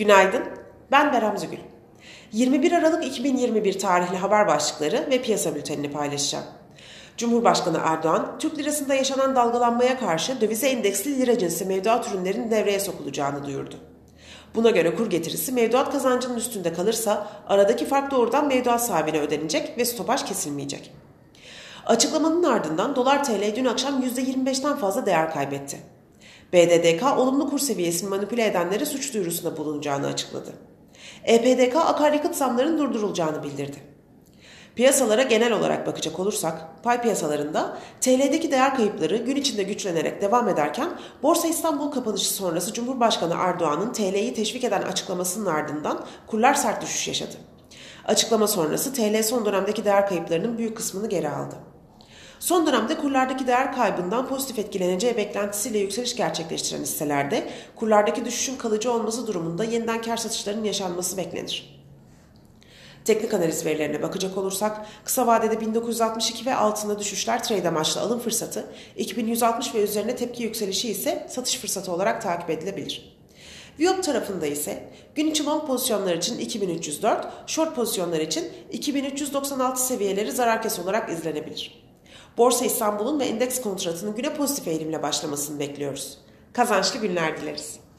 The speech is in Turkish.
Günaydın, ben Berem Zügül. 21 Aralık 2021 tarihli haber başlıkları ve piyasa bültenini paylaşacağım. Cumhurbaşkanı Erdoğan, Türk lirasında yaşanan dalgalanmaya karşı dövize endeksli lira cinsi mevduat ürünlerin devreye sokulacağını duyurdu. Buna göre kur getirisi mevduat kazancının üstünde kalırsa aradaki fark doğrudan mevduat sahibine ödenecek ve stopaj kesilmeyecek. Açıklamanın ardından dolar TL dün akşam %25'ten fazla değer kaybetti. BDDK olumlu kur seviyesini manipüle edenlere suç duyurusunda bulunacağını açıkladı. EPDK akaryakıt zamlarının durdurulacağını bildirdi. Piyasalara genel olarak bakacak olursak, pay piyasalarında TL'deki değer kayıpları gün içinde güçlenerek devam ederken Borsa İstanbul kapanışı sonrası Cumhurbaşkanı Erdoğan'ın TL'yi teşvik eden açıklamasının ardından kurlar sert düşüş yaşadı. Açıklama sonrası TL son dönemdeki değer kayıplarının büyük kısmını geri aldı. Son dönemde kurlardaki değer kaybından pozitif etkileneceği beklentisiyle yükseliş gerçekleştiren hisselerde kurlardaki düşüşün kalıcı olması durumunda yeniden kar satışlarının yaşanması beklenir. Teknik analiz verilerine bakacak olursak kısa vadede 1962 ve altında düşüşler trade amaçlı alım fırsatı, 2160 ve üzerine tepki yükselişi ise satış fırsatı olarak takip edilebilir. Viyop tarafında ise gün içi long pozisyonlar için 2304, short pozisyonlar için 2396 seviyeleri zarar kes olarak izlenebilir. Borsa İstanbul'un ve endeks kontratının güne pozitif eğilimle başlamasını bekliyoruz. Kazançlı günler dileriz.